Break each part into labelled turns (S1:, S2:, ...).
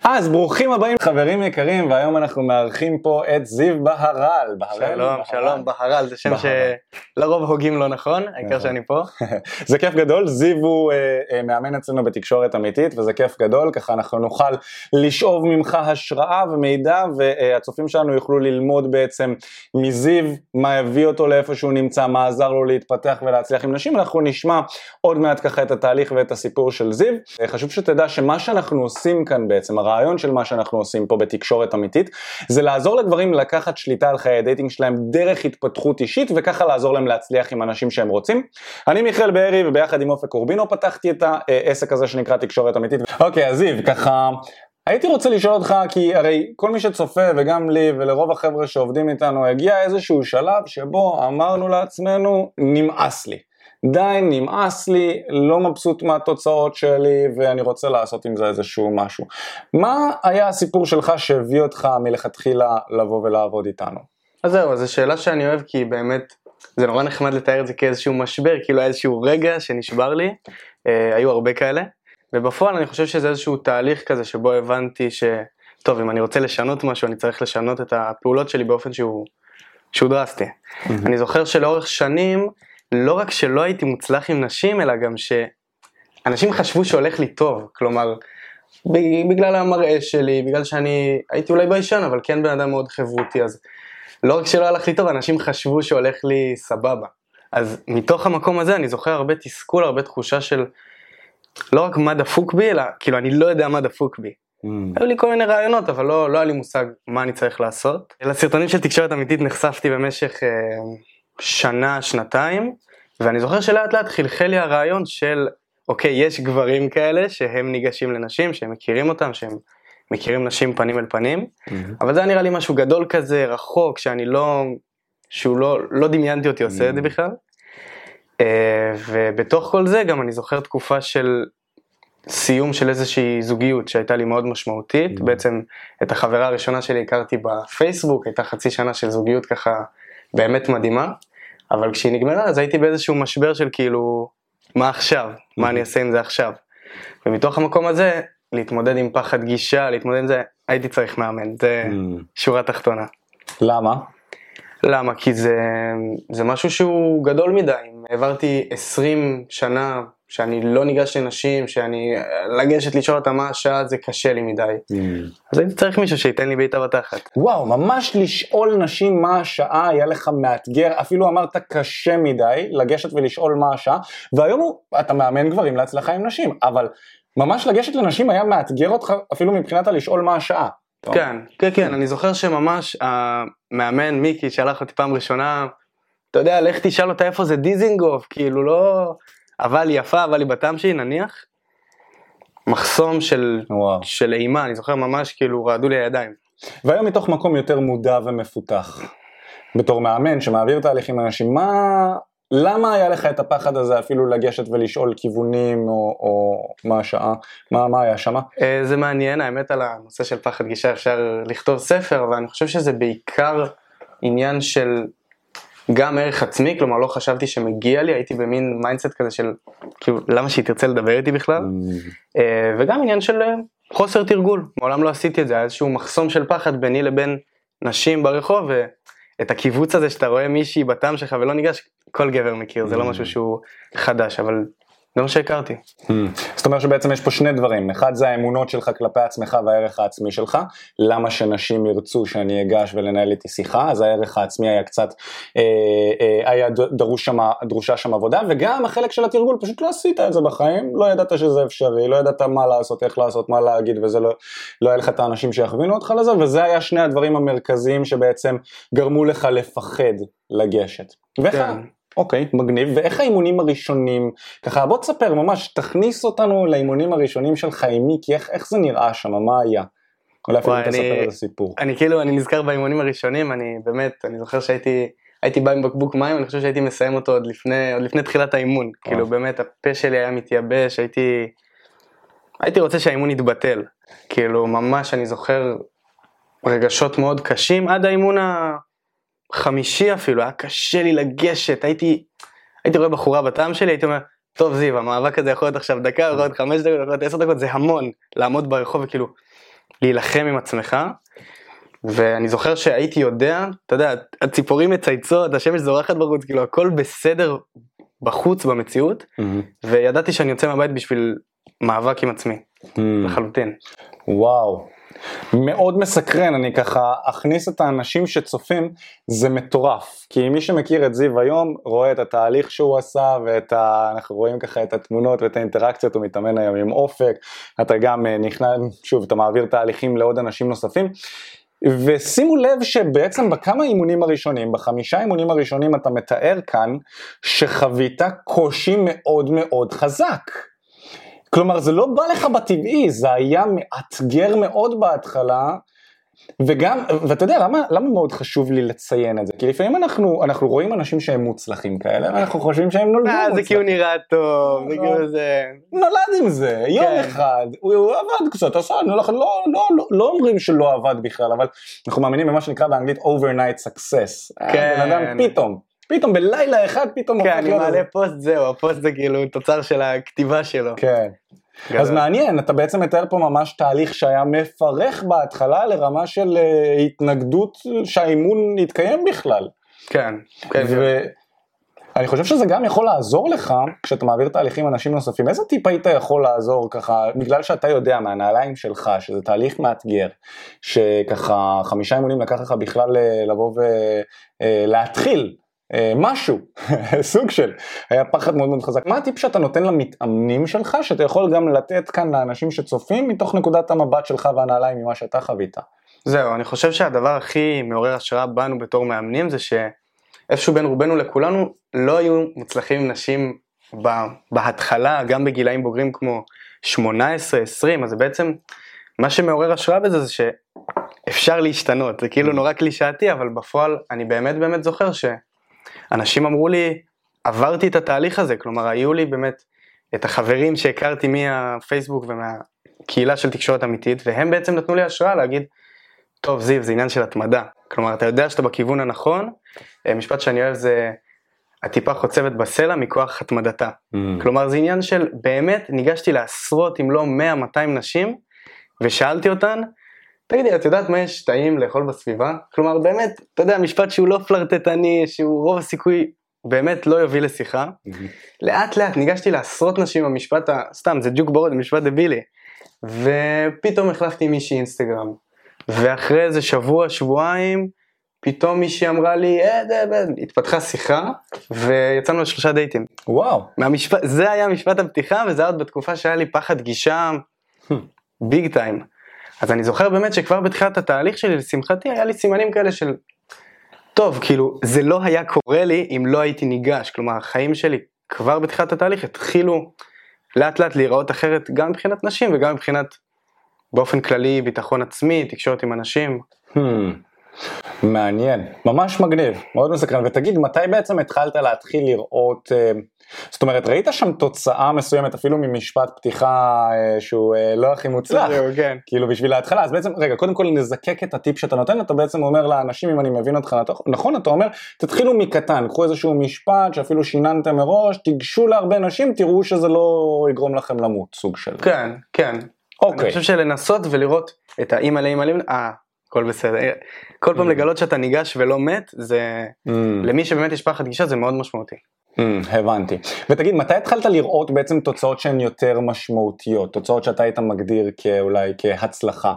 S1: אז ברוכים הבאים חברים יקרים, והיום אנחנו מארחים פה את זיו בהרל.
S2: שלום, בהרל זה שם שלרוב הוגים לא נכון, העיקר שאני פה.
S1: זה כיף גדול, זיו הוא מאמן אצלנו בתקשורת אמיתית, וזה כיף גדול, ככה אנחנו נוכל לשאוב ממך השראה ומידע, והצופים שלנו יוכלו ללמוד בעצם מזיו, מה הביא אותו לאיפה שהוא נמצא, מה עזר לו להתפתח ולהצליח עם נשים. אנחנו נשמע עוד מעט ככה את התהליך ואת הסיפור של זיו. חשוב שתדע שמה שאנחנו עושים כאן בעצם, הרעיון של מה שאנחנו עושים פה בתקשורת אמיתית, זה לעזור לגברים לקחת שליטה על חיי הדייטינג שלהם דרך התפתחות אישית, וככה לעזור להם להצליח עם אנשים שהם רוצים. אני מיכאל בארי, וביחד עם אופק קורבינו פתחתי את העסק הזה שנקרא תקשורת אמיתית. אוקיי, אז זיו, ככה הייתי רוצה לשאול אותך, כי הרי כל מי שצופה וגם לי ולרוב החבר'ה שעובדים איתנו, הגיע איזשהו שלב שבו אמרנו לעצמנו, נמאס לי. די, נמאס לי, לא מבסוט מהתוצאות שלי, ואני רוצה לעשות עם זה איזשהו משהו. מה היה הסיפור שלך שהביא אותך מלכתחילה לבוא ולעבוד איתנו?
S2: אז זהו, זו שאלה שאני אוהב, כי באמת זה נורא נחמד לתאר את זה כאיזשהו משבר, כאילו איזשהו רגע שנשבר לי, היו הרבה כאלה, ובפועל אני חושב שזה איזשהו תהליך כזה שבו הבנתי טוב, אם אני רוצה לשנות משהו, אני צריך לשנות את הפעולות שלי באופן שהוא דרסטי. אני זוכר שלאורך שנים, לא רק שלא הייתי מוצלח עם נשים, אלא גם שאנשים חשבו שהולך לי טוב, כלומר, בגלל המראה שלי, בגלל שאני הייתי אולי ביישן, אבל כן בן אדם מאוד חברותי, אז לא רק שלא הלך לי טוב, אנשים חשבו שהולך לי סבבה. אז מתוך המקום הזה אני זוכר הרבה תסכול, הרבה תחושה של לא רק מה דפוק בי, אלא כאילו אני לא יודע מה דפוק בי. היו לי כל מיני רעיונות, אבל לא היה לי מושג מה אני צריך לעשות. לסרטונים של תקשורת אמיתית נחשפתי במשך שנה, שנתיים, ואני זוכר שלאט לאט חלחל לי הרעיון של, אוקיי, יש גברים כאלה שהם ניגשים לנשים, שהם מכירים אותם, שהם מכירים נשים פנים אל פנים, אבל זה נראה לי משהו גדול כזה, רחוק, שהוא לא דמיינתי אותי עושה את זה בכלל. ובתוך כל זה גם אני זוכר תקופה של סיום של איזושהי זוגיות שהייתה לי מאוד משמעותית, בעצם את החברה הראשונה שלי הכרתי בפייסבוק, הייתה חצי שנה של זוגיות ככה באמת מדהימה, אבל כשהיא נגמרה אז הייתי באיזשהו משבר של כאילו, מה עכשיו? מה אני אעשה עם זה עכשיו? ומתוך המקום הזה, להתמודד עם פחד גישה, להתמודד עם זה, הייתי צריך מאמן, זה שורה תחתונה.
S1: למה?
S2: למה? כי זה משהו שהוא גדול מדי. העברתי 20 שנה שאני לא ניגש לנשים, שאני לגשת לשאול אותה מה השעה, זה קשה לי מדי. אז הייתי צריך מישהו שייתן לי בעיטה בתחת.
S1: וואו, ממש לשאול נשים מה השעה היה לך מאתגר, אפילו אמרת קשה מדי, לגשת ולשאול מה השעה, והיום אתה מאמן גברים להצלחה עם נשים, אבל ממש לגשת לנשים היה מאתגר אותך אפילו מבחינת לשאול מה השעה.
S2: כן, אני זוכר שממש המאמן מיקי שלח אותי פעם ראשונה, אתה יודע, לך תשאל אותה איפה זה דיזינגוף, כאילו לא, אבל יפה, אבל היא בטעם שהיא נניח, מחסום של אימה, אני זוכר ממש כאילו רעדו לי הידיים.
S1: והיום מתוך מקום יותר מודע ומפותח, בתור מאמן שמעביר תהליכים אנשים, למה היה לך את הפחד הזה אפילו לגשת ולשאול כיוונים או מה השעה? מה היה שמה?
S2: זה מעניין, האמת על הנושא של פחד גישה אפשר לכתוב ספר, אבל אני חושב שזה בעיקר עניין של גם ערך עצמי, כלומר לא חשבתי שמגיע לי, הייתי במין מיינדסט כזה של כאילו למה שהיא תרצה לדבר איתי בכלל, וגם עניין של חוסר תרגול, מעולם לא עשיתי את זה, היה איזשהו מחסום של פחד ביני לבין נשים ברחוב, ואת הקיבוץ הזה שאתה רואה מישהי בטעם שלך ולא ניגש, כל גבר מכיר, זה לא משהו שהוא חדש, אבל זה מה שהכרתי.
S1: זאת אומרת שבעצם יש פה שני דברים, אחד זה האמונות שלך כלפי עצמך והערך העצמי שלך, למה שנשים ירצו שאני אגש ולנהל איתי שיחה, אז הערך העצמי היה קצת, היה דרושה שם עבודה, וגם החלק של התרגול, פשוט לא עשית את זה בחיים, לא ידעת שזה אפשרי, לא ידעת מה לעשות, איך לעשות, מה להגיד, וזה לא היה לך את האנשים שיכווינו אותך לזה, וזה היה שני הדברים המרכזיים שבעצם גרמו לך לפחד לגשת. אוקיי, מגניב. ואיך האימונים הראשונים, ככה בוא תספר ממש, תכניס אותנו לאימונים הראשונים שלך עם מיקי, איך זה נראה שם, מה היה? אולי אפילו תספר את הסיפור.
S2: אני נזכר באימונים הראשונים, אני זוכר שהייתי בא עם בקבוק מים, אני חושב שהייתי מסיים אותו עוד לפני תחילת האימון, כאילו באמת הפה שלי היה מתייבש, הייתי רוצה שהאימון יתבטל, כאילו ממש אני זוכר רגשות מאוד קשים, עד האימון חמישי אפילו, היה קשה לי לגשת, הייתי רואה בחורה בטעם שלי, הייתי אומר, טוב זיו, המאבק הזה יכול להיות עכשיו דקה, יכול להיות 5 דקות, יכול להיות 10 דקות, זה המון, לעמוד ברחוב וכאילו, להילחם עם עצמך, ואני זוכר שהייתי יודע, אתה יודע, הציפורים מצייצות, השמש זורחת בחוץ, כאילו הכל בסדר בחוץ במציאות, וידעתי שאני יוצא מהבית בשביל מאבק עם עצמי, לחלוטין.
S1: וואו, מאוד מסקרן, אני ככה אכניס את האנשים שצופים, זה מטורף, כי מי שמכיר את זיו היום, רואה את התהליך שהוא עשה, אנחנו רואים ככה את התמונות ואת האינטראקציות, הוא מתאמן היום עם אופק, אתה גם נכנס, שוב, אתה מעביר תהליכים לעוד אנשים נוספים, ושימו לב שבעצם בכמה אימונים הראשונים, ב5 אימונים הראשונים אתה מתאר כאן, שחווית קושי מאוד מאוד חזק. כלומר זה לא בא לך בטבעי, זה היה מאתגר מאוד בהתחלה, ואתה יודע למה מאוד חשוב לי לציין את זה? כי לפעמים אנחנו רואים אנשים שהם מוצלחים כאלה, ואנחנו חושבים שהם נולדו מוצלחים.
S2: זה כי הוא נראה טוב, זה כאילו זה...
S1: נולד עם זה, יום אחד, הוא עבד קצת, לא אומרים שלא עבד בכלל, אבל אנחנו מאמינים במה שנקרא באנגלית overnight success. בן אדם פתאום בלילה אחד פתאום...
S2: כן, אני מעלה פוסט, זהו, הפוסט זה כאילו תוצר של הכתיבה שלו.
S1: כן. אז מעניין, אתה בעצם מתאר פה ממש תהליך שהיה מפרך בהתחלה לרמה של התנגדות שהאימון יתקיים בכלל.
S2: כן.
S1: ואני חושב שזה גם יכול לעזור לך כשאתה מעביר תהליכים אנשים נוספים. איזה טיפ היית יכול לעזור ככה, בגלל שאתה יודע מהנעליים שלך, שזה תהליך מאתגר, שככה 5 אימונים לקח לך בכלל לבוא ולהתחיל משהו, סוג של, היה פחד מאוד מאוד חזק. מה הטיפ שאתה נותן למתאמנים שלך, שאתה יכול גם לתת כאן לאנשים שצופים, מתוך נקודת המבט שלך והנעליים ממה שאתה חווית?
S2: זהו, אני חושב שהדבר הכי מעורר השראה בנו בתור מאמנים, זה שאיפשהו בין רובנו לכולנו, לא היו מוצלחים נשים בהתחלה, גם בגילאים בוגרים כמו 18, 20, אז בעצם, מה שמעורר השראה בזה, זה שאפשר להשתנות, זה כאילו נורא קלישאתי, אבל בפועל אני באמת זוכר אנשים אמרו לי, עברתי את התהליך הזה, כלומר, היו לי באמת את החברים שהכרתי מהפייסבוק ומהקהילה של תקשורת אמיתית, והם בעצם נתנו לי השראה להגיד, טוב זיו, זה עניין של התמדה, כלומר, אתה יודע שאתה בכיוון הנכון, משפט שאני אוהב זה, הטיפה חוצבת בסלע מכוח התמדתה, כלומר, זה עניין של, באמת, ניגשתי לעשרות, אם לא 100-200 נשים, ושאלתי אותן, תגידי, את יודעת מה יש טעים לאכול בסביבה? כלומר, באמת, אתה יודע, משפט שהוא לא פלרטטני, שהוא רוב הסיכוי באמת לא יוביל לשיחה. לאט לאט ניגשתי לעשרות נשים במשפט, סתם, זה ג'וק בורד, משפט דבילי. ופתאום החלפתי מישהי אינסטגרם. ואחרי איזה שבוע-שבועיים, פתאום מישהי אמרה לי, התפתחה שיחה, ויצאנו ל3 דייטים.
S1: וואו.
S2: זה היה משפט הפתיחה, וזה עוד בתקופה שהיה לי פחד גישה, ביג טיים. אז אני זוכר באמת שכבר בתחילת התהליך שלי, לשמחתי, היה לי סימנים כאלה של, טוב, כאילו, זה לא היה קורה לי אם לא הייתי ניגש, כלומר, החיים שלי כבר בתחילת התהליך התחילו לאט לאט להיראות אחרת, גם מבחינת נשים וגם מבחינת, באופן כללי, ביטחון עצמי, תקשורת עם אנשים.
S1: מעניין, ממש מגניב, מאוד מסקרן, ותגיד, מתי בעצם התחלת להתחיל לראות, זאת אומרת, ראית שם תוצאה מסוימת, אפילו ממשפט פתיחה שהוא לא הכי מוצלח,
S2: כן.
S1: כאילו בשביל ההתחלה, אז בעצם, רגע, קודם כל נזקק את הטיפ שאתה נותן, אתה בעצם אומר לאנשים, אם אני מבין אותך, נכון, אתה אומר, תתחילו מקטן, קחו איזשהו משפט, שאפילו שיננתם מראש, תיגשו להרבה נשים, תראו שזה לא יגרום לכם למות, סוג של.
S2: כן.
S1: אוקיי.
S2: אני חושב שלנסות ולראות את האימא לאימא, הכל בסדר, כל פעם לגלות שאתה ניגש ולא מת, זה, למי שבאמת יש פחד גישה, זה מאוד משמעותי.
S1: הבנתי. ותגיד, מתי התחלת לראות בעצם תוצאות שהן יותר משמעותיות? תוצאות שאתה היית מגדיר אולי כהצלחה?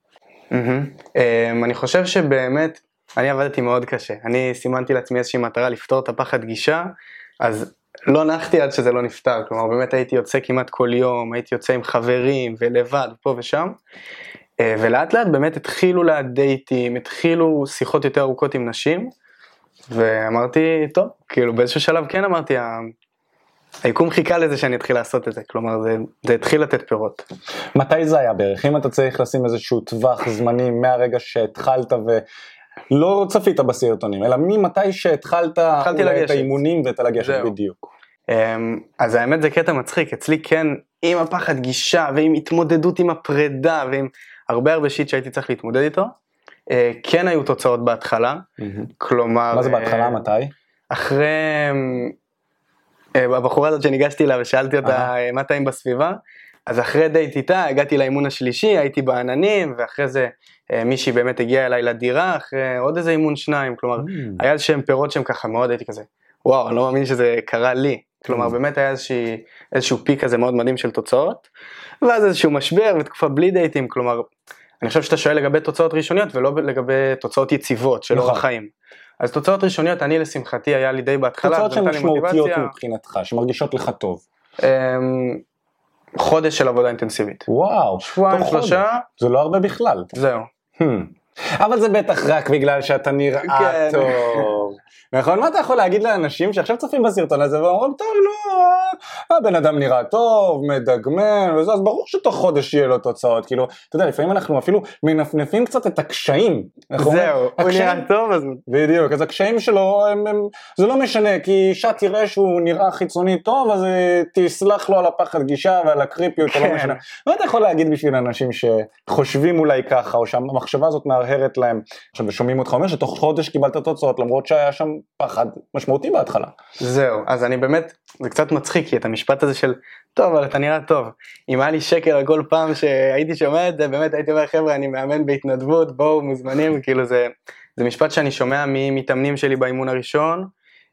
S2: אני חושב שבאמת, אני עבדתי מאוד קשה. אני סימנתי לעצמי איזושהי מטרה לפתור את הפחד גישה, אז לא נחתי עד שזה לא נפתר. כלומר, באמת הייתי יוצא כמעט כל יום, הייתי יוצא עם חברים ולבד, פה ושם. ולאט לאט באמת התחילו לדייטים, התחילו שיחות יותר ארוכות עם נשים, ואמרתי, טוב, כאילו באיזשהו שלב כן אמרתי, היקום חיכה לזה שאני אתחיל לעשות את זה, כלומר זה התחיל לתת פירות. מתי זה היה בערך? אם אתה צריך לשים איזשהו טווח זמני מהרגע שהתחלת ולא צפית בסרטונים, אלא ממתי שהתחלת את האימונים ואת הלגשת בדיוק. אז האמת זה קטע מצחיק, אצלי כן, עם הפחד גישה ועם התמודדות עם הפרידה ועם הרבה שיט שהייתי צריך להתמודד איתו, כן היו תוצאות בהתחלה, כלומר...
S1: מה זה בהתחלה, מתי?
S2: אחרי הבחורה הזאת שניגשתי לה ושאלתי אותה מה טעים בסביבה, אז אחרי דייט איתה, הגעתי לאימון השלישי, הייתי בעננים, ואחרי זה מישהי באמת הגיעה אליי לדירה, אחרי עוד איזה אימון 2, כלומר, היה איזשהם פירות שהם ככה מאוד, הייתי כזה, וואו, אני לא מאמין שזה קרה לי, כלומר, באמת היה איזשהו פיק כזה מאוד מדהים של תוצאות, ואז איזשהו משבר ותקופה בלי דייטים, כלומר, אני חושב שאתה שואל לגבי תוצאות ראשוניות, ולא לגבי תוצאות יציבות של אורח חיים. אז תוצאות ראשוניות, אני לשמחתי היה לי די בהתחלה.
S1: תוצאות שהן משמעותיות מבחינתך, שמרגישות לך טוב.
S2: חודש של עבודה אינטנסיבית.
S1: וואו,
S2: שבועיים, 3.
S1: זה לא הרבה בכלל.
S2: זהו.
S1: אבל זה בטח רק בגלל שאתה נראה טוב. נכון, מה אתה יכול להגיד לאנשים שעכשיו צופים בסרטון הזה ואומרים, טוב, לא, הבן אדם נראה טוב, מדגמן, וזה, אז ברור שתוך חודש יהיה לו תוצאות, כאילו, אתה יודע, לפעמים אנחנו אפילו מנפנפים קצת את הקשיים.
S2: זהו, הוא נראה טוב, אז...
S1: בדיוק, אז הקשיים שלו, זה לא משנה, כי אישה תראה שהוא נראה חיצוני טוב, אז תסלח לו על הפחד גישה ועל הקריפיות, לא משנה. מה אתה יכול להגיד בשביל אנשים שחושבים אולי ככה, או שהמחשבה הזאת מהרהרת להם, עכשיו שומעים אותך אומר שתוך חודש קיבלת תוצאות, למרות שהיה שם פחד משמעותי בהתחלה.
S2: זהו, אז אני באמת, זה קצת מצחיק, כי את המשפט הזה של, טוב, אבל אתה נראה טוב. אם היה לי שקל על כל פעם שהייתי שומע את זה, באמת הייתי אומר, חבר'ה, אני מאמן בהתנדבות, בואו, מוזמנים, כאילו זה משפט שאני שומע ממתאמנים שלי באימון הראשון,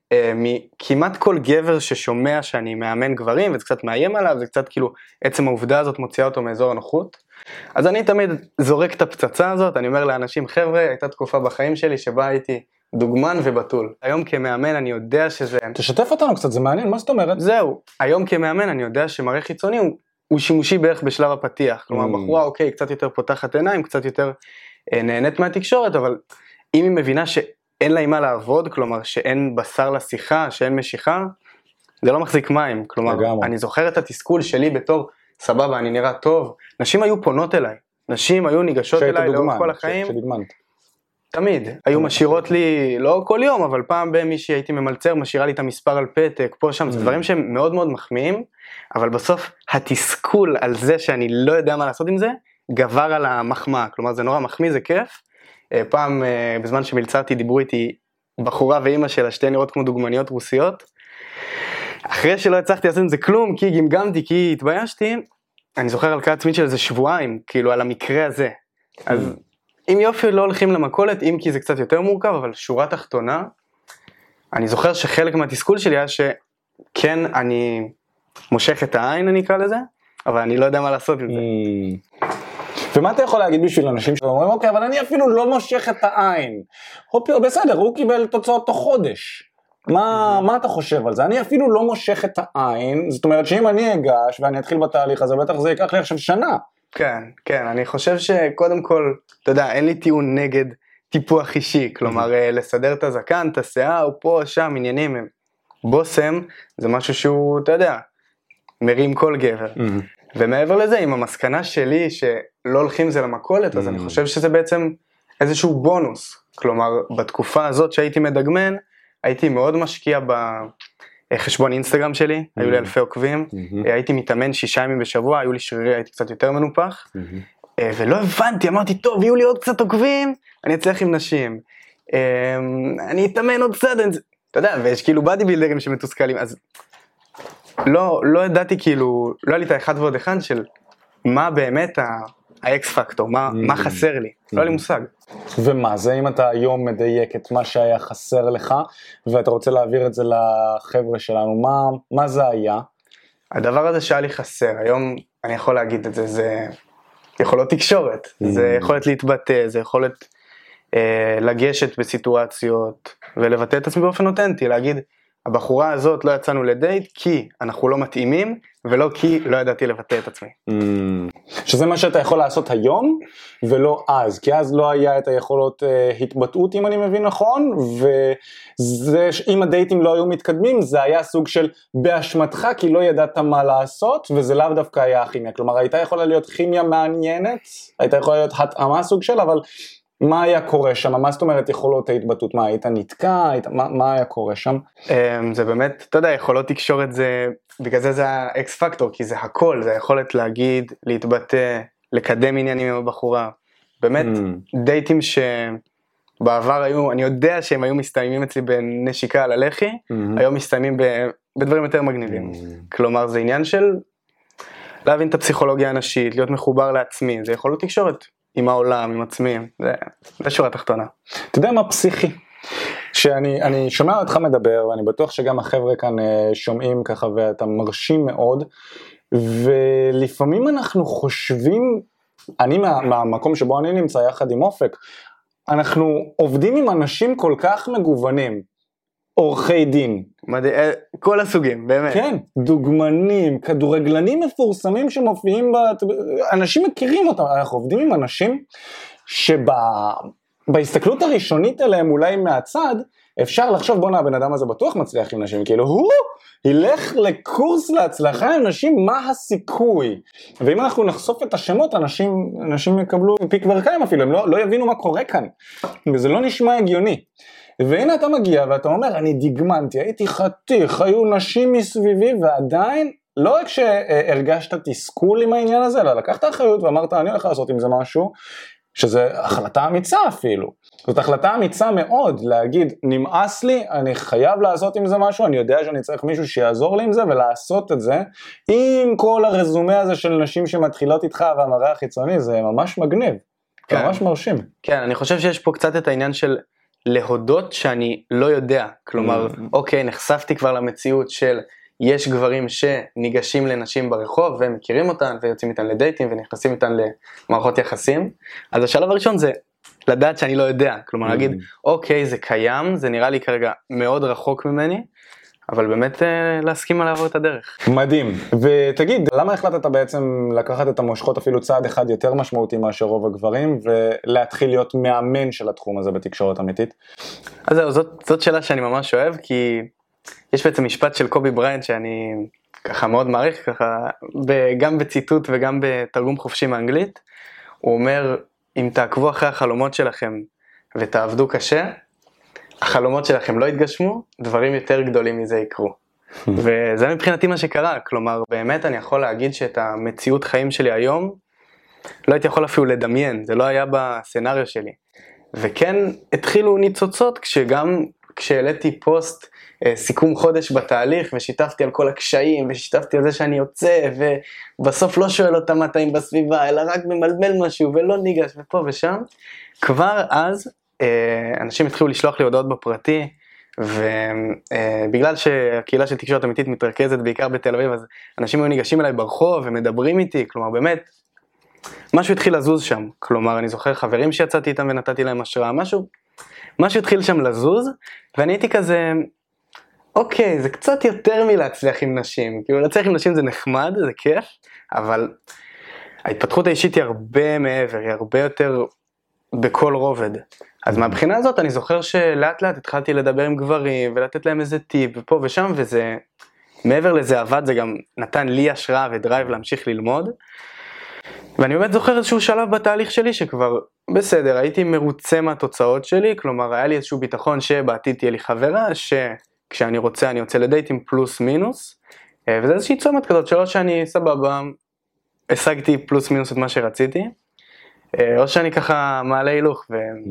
S2: מכמעט כל גבר ששומע שאני מאמן גברים, וזה קצת מאיים עליו, זה קצת כאילו, עצם העובדה הזאת מוציאה אותו מאזור הנוחות. אז אני תמיד זורק את הפצצה הזאת, אני אומר לאנשים, חבר'ה, הייתה תקופה בחיים שלי שבה הייתי דוגמן ובטול. היום כמאמן אני יודע שזה...
S1: תשתף אותנו קצת, זה מעניין, מה זאת אומרת?
S2: זהו, היום כמאמן אני יודע שמראה חיצוני הוא שימושי בערך בשלב הפתיח, כלומר בחורה אוקיי, קצת יותר פותחת עיניים, קצת יותר נהנית מהתקשורת, אבל אם היא מבינה שאין לה עם מה לעבוד, כלומר שאין בשר לשיחה, שאין משיכה, זה לא מחזיק מים, כלומר אני זוכר את התסכול שלי בתור סבבה, אני נראה טוב, נשים היו פונות אליי, נשים היו ניגשות אליי לאורך כל החיים, תמיד, היו משאירות לי, לא כל יום, אבל פעם במישהי הייתי ממלצר, משאירה לי את המספר על פתק, פה שם, זה דברים שהם מאוד מאוד מחמיאים, אבל בסוף התסכול על זה שאני לא יודע מה לעשות עם זה, גבר על המחמאה, כלומר זה נורא מחמיא, זה כיף. פעם בזמן שמלצרתי דיברו איתי בחורה ואימא שלה, שתי נראות כמו דוגמניות רוסיות, אחרי שלא הצלחתי לעשות עם זה כלום, כי גמגמתי, כי התביישתי, אני זוכר הלקאה עצמית של איזה שבועיים, כאילו על המקרה הזה. אז אם יופי לא הולכים למכולת, אם כי זה קצת יותר מורכב, אבל שורה תחתונה, אני זוכר שחלק מהתסכול שלי היה שכן אני מושך את העין, אני אקרא לזה, אבל אני לא יודע מה לעשות עם זה.
S1: ומה אתה יכול להגיד בשביל אנשים שאומרים, אוקיי, אבל אני אפילו לא מושך את העין. בסדר, הוא קיבל תוצאות תוך חודש. מה אתה חושב על זה? אני אפילו לא מושך את העין, זאת אומרת שאם אני אגש ואני אתחיל בתהליך הזה, בטח זה ייקח לי עכשיו שנה.
S2: כן, כן, אני חושב שקודם כל, אתה יודע, אין לי טיעון נגד טיפוח אישי, כלומר, לסדר את הזקן, את השיער, פה, שם, עניינים הם. בוסם זה משהו שהוא, אתה יודע, מרים כל גבר. ומעבר לזה, עם המסקנה שלי שלא הולכים זה למכולת, אז אני חושב שזה בעצם איזשהו בונוס. כלומר, בתקופה הזאת שהייתי מדגמן, הייתי מאוד משקיע בחשבון אינסטגרם שלי, היו לי אלפי עוקבים, הייתי מתאמן 6 ימים בשבוע, היו לי שרירי, הייתי קצת יותר מנופח, ולא הבנתי, אמרתי, טוב, יהיו לי עוד קצת עוקבים, אני אצליח עם נשים, אני אתאמן עוד קצת, אתה יודע, ויש כאילו בדי בילדרים שמתוסכלים, אז לא ידעתי כאילו, לא היה לי את האחד ועוד אחד של מה באמת האקס פקטור, מה חסר לי, לא היה לי מושג.
S1: ומה זה אם אתה היום מדייק את מה שהיה חסר לך, ואתה רוצה להעביר את זה לחבר'ה שלנו, מה זה היה?
S2: הדבר הזה שהיה לי חסר, היום אני יכול להגיד את זה, זה יכולות תקשורת, זה יכולת להתבטא, זה יכולת לגשת בסיטואציות, ולבטא את עצמי באופן אותנטי, להגיד, הבחורה הזאת לא יצאנו לדייט כי אנחנו לא מתאימים, ולא כי לא ידעתי לבטא את עצמי.
S1: שזה מה שאתה יכול לעשות היום, ולא אז, כי אז לא היה את היכולות התבטאות, אם אני מבין נכון, ואם הדייטים לא היו מתקדמים, זה היה סוג של באשמתך, כי לא ידעת מה לעשות, וזה לאו דווקא היה הכימיה. כלומר, הייתה יכולה להיות כימיה מעניינת, הייתה יכולה להיות התאמה סוג של, אבל מה היה קורה שם? מה זאת אומרת יכולות ההתבטאות? מה, היית נתקע? מה היה קורה שם?
S2: זה באמת, אתה יודע, יכולות תקשורת זה, בגלל זה האקס פקטור, כי זה הכל, זה היכולת להגיד, להתבטא, לקדם עניינים עם הבחורה. באמת, דייטים שבעבר היו, אני יודע שהם היו מסתיימים אצלי בנשיקה על הלחי, היום מסתיימים בדברים יותר מגניבים. כלומר, זה עניין של להבין את הפסיכולוגיה הנשית, להיות מחובר לעצמי, זה יכול להיות תקשורת עם העולם, עם עצמי, זה שורה תחתונה.
S1: אתה יודע מה פסיכי? שאני שומע אותך מדבר, ואני בטוח שגם החבר'ה כאן שומעים ככה, ואתה מרשים מאוד, ולפעמים אנחנו חושבים, אני מהמקום שבו אני נמצא יחד עם אופק, אנחנו עובדים עם אנשים כל כך מגוונים, עורכי דין.
S2: כל הסוגים, באמת.
S1: כן, דוגמנים, כדורגלנים מפורסמים שמופיעים, אנשים מכירים אותם, אנחנו עובדים עם אנשים בהסתכלות הראשונית עליהם אולי מהצד, אפשר לחשוב בוא הבן אדם הזה בטוח מצליח עם נשים, כאילו הוא ילך לקורס להצלחה עם נשים, מה הסיכוי? ואם אנחנו נחשוף את השמות, אנשים יקבלו פיק ברכיים אפילו, הם לא יבינו מה קורה כאן, וזה לא נשמע הגיוני. והנה אתה מגיע ואתה אומר, אני דגמנתי, הייתי חתיך, היו נשים מסביבי, ועדיין לא רק שהרגשת תסכול עם העניין הזה, אלא לקחת אחריות ואמרת, אני הולך לעשות עם זה משהו, שזה החלטה אמיצה אפילו. זאת החלטה אמיצה מאוד, להגיד, נמאס לי, אני חייב לעשות עם זה משהו, אני יודע שאני צריך מישהו שיעזור לי עם זה, ולעשות את זה, עם כל הרזומה הזה של נשים שמתחילות איתך, והמראה החיצוני, זה ממש מגניב, זה ממש מרשים.
S2: כן, אני חושב שיש פה קצת את העניין של להודות שאני לא יודע, כלומר, אוקיי, נחשפתי כבר למציאות של יש גברים שניגשים לנשים ברחוב והם מכירים אותן ויוצאים איתן לדייטים ונכנסים איתן למערכות יחסים, אז השלב הראשון זה לדעת שאני לא יודע, כלומר להגיד אוקיי זה קיים, זה נראה לי כרגע מאוד רחוק ממני, אבל באמת להסכים על לעבור את הדרך.
S1: מדהים, ותגיד למה החלטת בעצם לקחת את המושכות אפילו צעד אחד יותר משמעותי מאשר רוב הגברים ולהתחיל להיות מאמן של התחום הזה בתקשורת אמיתית?
S2: אז זהו, זאת שאלה שאני ממש אוהב, כי יש בעצם משפט של קובי בריינט שאני ככה מאוד מעריך, ככה גם בציטוט וגם בתרגום חופשי מאנגלית, הוא אומר, אם תעקבו אחרי החלומות שלכם ותעבדו קשה, החלומות שלכם לא יתגשמו, דברים יותר גדולים מזה יקרו. וזה מבחינתי מה שקרה, כלומר באמת אני יכול להגיד שאת המציאות חיים שלי היום, לא הייתי יכול אפילו לדמיין, זה לא היה בסצנריו שלי. וכן התחילו ניצוצות כשהעליתי פוסט סיכום חודש בתהליך ושיתפתי על כל הקשיים ושיתפתי על זה שאני יוצא ובסוף לא שואל אותם מתי בסביבה אלא רק ממלמל משהו ולא ניגש ופה ושם. כבר אז אנשים התחילו לשלוח לי הודעות בפרטי, ובגלל שהקהילה של תקשורת אמיתית מתרכזת בעיקר בתל אביב, אז אנשים היו ניגשים אליי ברחוב ומדברים איתי, כלומר באמת משהו התחיל לזוז שם, כלומר אני זוכר חברים שיצאתי איתם ונתתי להם השראה, משהו התחיל שם לזוז, ואני הייתי כזה, אוקיי, זה קצת יותר מלהצליח עם נשים, כאילו להצליח עם נשים זה נחמד, זה כיף, אבל ההתפתחות האישית היא הרבה מעבר, היא הרבה יותר בכל רובד. אז מהבחינה הזאת אני זוכר שלאט לאט התחלתי לדבר עם גברים ולתת להם איזה טיפ ופה ושם, וזה מעבר לזה עבד, זה גם נתן לי השראה ודרייב להמשיך ללמוד. ואני באמת זוכר איזשהו שלב בתהליך שלי שכבר בסדר, הייתי מרוצה מהתוצאות שלי, כלומר היה לי איזשהו ביטחון שבעתיד תהיה לי חברה, שכשאני רוצה אני יוצא לדייטים פלוס מינוס, וזה איזושהי צומת כזאת שלא שאני סבבה, השגתי פלוס מינוס את מה שרציתי, או שאני ככה מעלה הילוך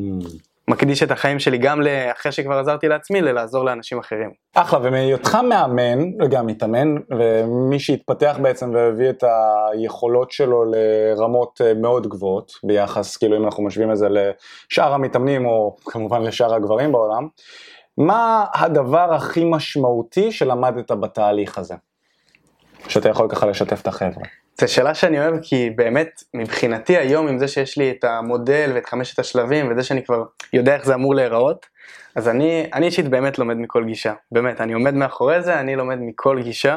S2: ומקדיש את החיים שלי גם אחרי שכבר עזרתי לעצמי לעזור לאנשים אחרים.
S1: אחלה, ומהיותך מאמן וגם מתאמן, ומי שהתפתח בעצם והביא את היכולות שלו לרמות מאוד גבוהות ביחס, כאילו אם אנחנו משווים את זה לשאר המתאמנים או כמובן לשאר הגברים בעולם, מה הדבר הכי משמעותי שלמדת בתהליך הזה? שאתה יכול ככה לשתף את החבר'ה.
S2: זו שאלה שאני אוהב, כי באמת מבחינתי היום עם זה שיש לי את המודל ואת 5 השלבים וזה שאני כבר יודע איך זה אמור להיראות, אז אני אישית באמת לומד מכל גישה, באמת אני עומד מאחורי זה, אני לומד מכל גישה,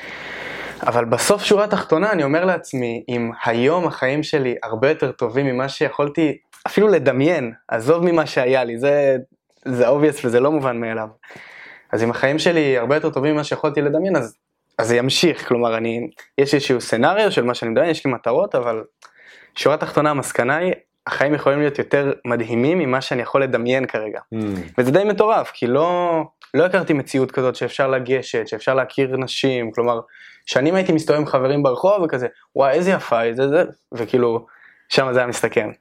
S2: אבל בסוף שורה תחתונה אני אומר לעצמי, אם היום החיים שלי הרבה יותר טובים ממה שיכולתי אפילו לדמיין, עזוב ממה שהיה לי, זה obvious וזה לא מובן מאליו, אז אם החיים שלי הרבה יותר טובים ממה שיכולתי לדמיין, אז זה ימשיך, כלומר יש איזשהו סנריו של מה שאני מדמיין, יש לי מטרות, אבל שורה תחתונה המסקנה היא, החיים יכולים להיות יותר מדהימים ממה שאני יכול לדמיין כרגע. וזה די מטורף, כי לא הכרתי מציאות כזאת שאפשר לגשת, שאפשר להכיר נשים, כלומר, שנים הייתי מסתובב עם חברים ברחוב וכזה, וואי איזה יפה, זה, וכאילו, שם זה היה מסתכם.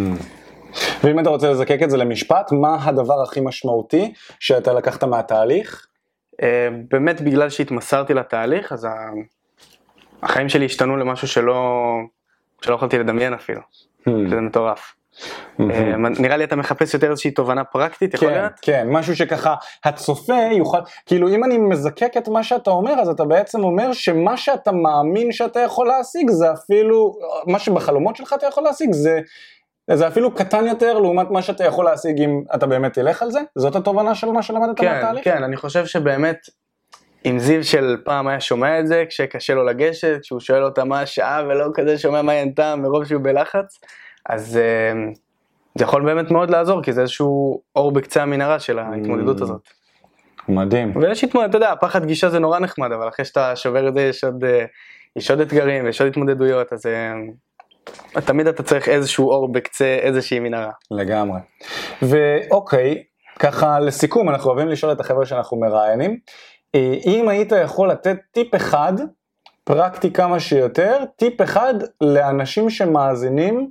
S1: ואם אתה רוצה לזקק את זה למשפט, מה הדבר הכי משמעותי שאתה לקחת מהתהליך?
S2: באמת בגלל שהתמסרתי לתהליך, אז החיים שלי השתנו למשהו שלא יכולתי לדמיין אפילו, שזה מטורף. נראה לי אתה מחפש יותר איזושהי תובנה פרקטית, יכול להיות?
S1: כן, משהו שככה הצופה יוכל, כאילו אם אני מזקק את מה שאתה אומר, אז אתה בעצם אומר שמה שאתה מאמין שאתה יכול להשיג, זה אפילו, מה שבחלומות שלך אתה יכול להשיג, זה אפילו קטן יותר לעומת מה שאתה יכול להשיג אם אתה באמת תלך על זה? זאת התובנה של מה שלמדת מהתהליך?
S2: כן, אני חושב שבאמת, אם זיו של פעם היה שומע את זה, כשקשה לו לגשת, כשהוא שואל אותה מה השעה ולא כזה שומע מה ינתה מרוב שהוא בלחץ, אז זה יכול באמת מאוד לעזור, כי זה איזשהו אור בקצה המנהרה של ההתמודדות הזאת.
S1: מדהים.
S2: ויש התמודדות, אתה יודע, פחד גישה זה נורא נחמד, אבל אחרי שאתה שובר את זה יש עוד אתגרים ויש עוד התמודדויות, אז תמיד אתה צריך איזשהו אור בקצה איזושהי מנהרה.
S1: לגמרי. ואוקיי, ככה לסיכום, אנחנו אוהבים לשאול את החבר'ה שאנחנו מראיינים, אם היית יכול לתת טיפ אחד, פרקטי כמה שיותר, טיפ אחד לאנשים שמאזינים,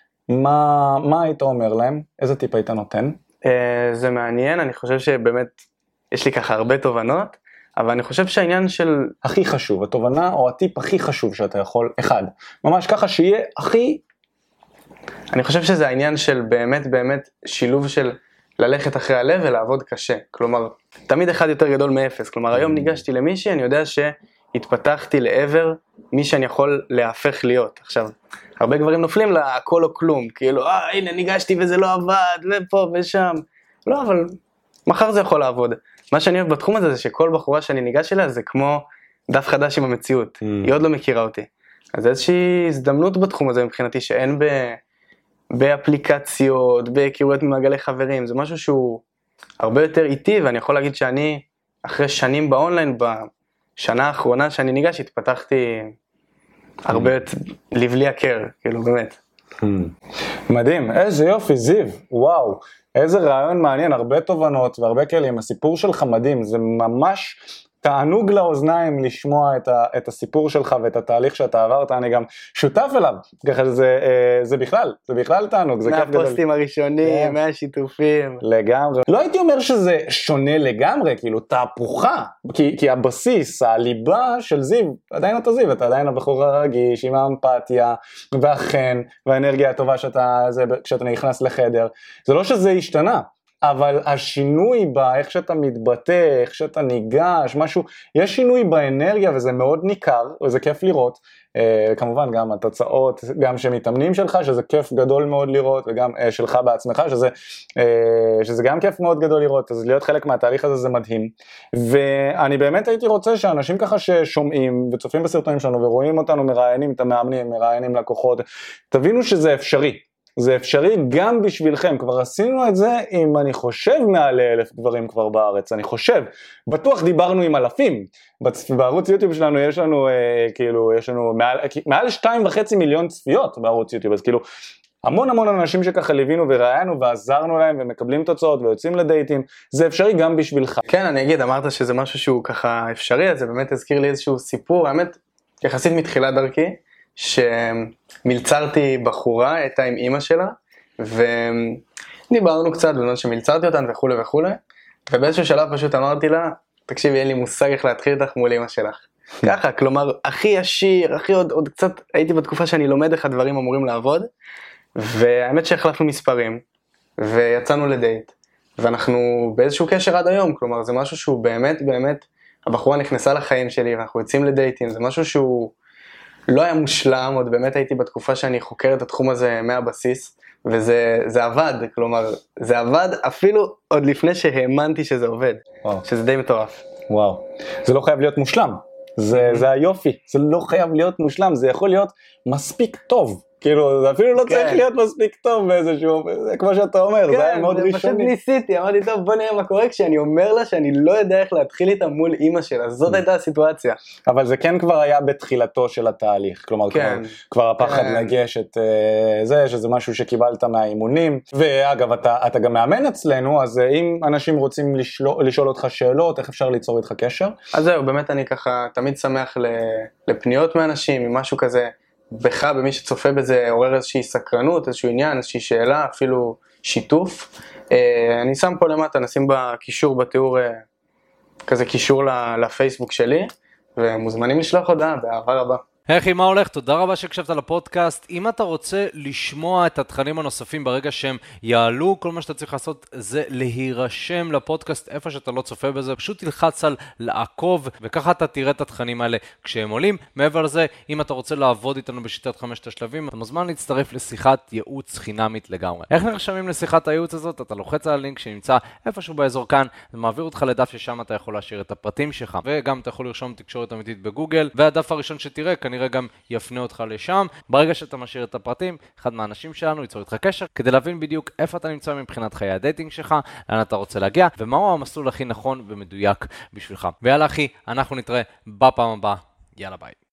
S1: מה היית אומר להם? איזה טיפ היית נותן?
S2: זה מעניין, אני חושב שבאמת יש לי ככה הרבה תובנות, אבל אני חושב שהעניין של...
S1: הכי חשוב, התובנה או הטיפ הכי חשוב שאתה יכול, אחד, ממש ככה שיהיה הכי...
S2: אני חושב שזה העניין של באמת שילוב של ללכת אחרי הלב ולעבוד קשה, כלומר, תמיד אחד יותר גדול מאפס, כלומר היום ניגשתי למישהי, אני יודע שהתפתחתי לעבר מי שאני יכול להפך להיות, עכשיו, הרבה גברים נופלים לה הכל או כלום, כאילו, הנה ניגשתי וזה לא עבד, ופה ושם, לא, אבל מחר זה יכול לעבוד. מה שאני אוהב בתחום הזה זה שכל בחורה שאני ניגש אליה זה כמו דף חדש עם המציאות, היא עוד לא מכירה אותי. אז איזושהי הזדמנות בתחום הזה מבחינתי שאין באפליקציות, בהיכרויות ממעגלי חברים, זה משהו שהוא הרבה יותר איטי, ואני יכול להגיד שאני אחרי שנים באונליין, בשנה האחרונה שאני ניגש, התפתחתי הרבה לבלי הכר, כאילו באמת.
S1: מדהים, איזה יופי, זיו, וואו, איזה רעיון מעניין, הרבה תובנות והרבה כלים, הסיפור שלך מדהים, זה ממש תענוג לאוזניים לשמוע את הסיפור שלך ואת התהליך שאתה עברת, אני גם שותף אליו, ככה זה בכלל תענוג, זה כיף גדול.
S2: מהפוסטים הראשונים, מהשיתופים.
S1: לגמרי. לא הייתי אומר שזה שונה לגמרי, כאילו תהפוכה, כי הבסיס, הליבה של זיו, עדיין אתה זיו, אתה עדיין הבחור הרגיש, עם האמפתיה, והחן, והאנרגיה הטובה כשאתה נכנס לחדר, זה לא שזה השתנה. אבל השינוי איך שאתה מתבטא, איך שאתה ניגש, משהו, יש שינוי באנרגיה וזה מאוד ניכר, וזה כיף לראות, כמובן גם התוצאות, גם שמתאמנים שלך, שזה כיף גדול מאוד לראות, וגם שלך בעצמך, שזה גם כיף מאוד גדול לראות, אז להיות חלק מהתהליך הזה זה מדהים, ואני באמת הייתי רוצה שאנשים ככה ששומעים וצופים בסרטונים שלנו ורואים אותנו מראיינים את המאמנים, מראיינים לקוחות, תבינו שזה אפשרי. זה אפשרי גם בשבילכם, כבר עשינו את זה עם אני חושב מעל 1,000 גברים כבר בארץ, אני חושב, בטוח דיברנו עם אלפים, בערוץ יוטיוב שלנו יש לנו מעל 2.5 מיליון צפיות בערוץ יוטיוב, אז כאילו המון אנשים שככה ליווינו וראיינו ועזרנו להם ומקבלים תוצאות ויוצאים לדייטים, זה אפשרי גם בשבילך.
S2: כן, אני אגיד, אמרת שזה משהו שהוא ככה אפשרי, אז זה באמת הזכיר לי איזשהו סיפור, האמת, יחסית מתחילת דרכי, שמלצרתי בחורה, הייתה עם אמא שלה, ודיברנו קצת בזמן שמלצרתי אותן וכו' וכו', ובאיזשהו שלב פשוט אמרתי לה, תקשיבי, אין לי מושג איך להתחיל איתך מול אמא שלך. ככה, כלומר, הכי ישיר, הכי עוד קצת, הייתי בתקופה שאני לומד איך הדברים אמורים לעבוד, והאמת שהחלפנו מספרים, ויצאנו לדייט, ואנחנו באיזשהו קשר עד היום, כלומר, זה משהו שהוא באמת, הבחורה נכנסה לחיים שלי, ואנחנו יוצאים לדייטים, זה משהו שהוא לא היה מושלם, עוד באמת הייתי בתקופה שאני חוקר את התחום הזה מהבסיס, וזה עבד, כלומר, זה עבד אפילו עוד לפני שהאמנתי שזה עובד, שזה די מטורף.
S1: וואו, זה לא חייב להיות מושלם, זה היופי, זה לא חייב להיות מושלם, זה יכול להיות מספיק טוב, כאילו, זה אפילו לא צריך להיות מספיק טוב באיזשהו, זה כמו שאתה אומר, זה היה מאוד ראשוני.
S2: כן, פשוט ניסיתי, אמרתי, טוב, בוא נראה מה קורה, כשאני אומר לה שאני לא יודע איך להתחיל איתה מול אמא שלה, זאת הייתה הסיטואציה.
S1: אבל זה כן כבר היה בתחילתו של התהליך, כלומר, כבר הפחד לגשת, שזה משהו שקיבלת מהאימונים, ואגב, אתה גם מאמן אצלנו, אז אם אנשים רוצים לשאול אותך שאלות, איך אפשר ליצור איתך קשר?
S2: אז זהו, באמת אני ככה תמיד שמח לפניות מאנשים, משהו כזה, בך, במי שצופה בזה, עורר איזושהי סקרנות, איזשהו עניין, איזושהי שאלה, אפילו שיתוף. אני שם פה למטה, נשים בקישור בתיאור, כזה קישור לפייסבוק שלי, ומוזמנים לשלוח הודעה, באהבה רבה.
S3: היי, מה הולך? תודה רבה שהקשבת לפודקאסט. אם אתה רוצה לשמוע את התכנים הנוספים ברגע שהם יעלו, כל מה שאתה צריך לעשות זה להירשם לפודקאסט איפה שאתה לא צופה בזה. פשוט תלחץ על לעקוב, וככה אתה תראה את התכנים האלה כשהם עולים. מעבר לזה, אם אתה רוצה לעבוד איתנו בשיטת 5 השלבים, אתה מוזמן להצטרף לשיחת ייעוץ חינמית לגמרי. איך נרשמים לשיחת הייעוץ הזאת? אתה לוחץ על הלינק שנמצא איפשהו באזור כאן, זה מעביר אותך לדף ששם אתה יכול להשאיר את הפרטים שלך, וגם אתה יכול לרשום תקשורת אמיתית בגוגל, והדף הראשון שתראה כנראה גם יפנה אותך לשם. ברגע שאתה משאיר את הפרטים, אחד מהאנשים שלנו ייצור איתך קשר כדי להבין בדיוק איפה אתה נמצא מבחינת חיי הדייטינג שלך, לאן אתה רוצה להגיע, ומהו המסלול הכי נכון ומדויק בשבילך. ויאללה אחי, אנחנו נתראה בפעם הבאה. יאללה ביי.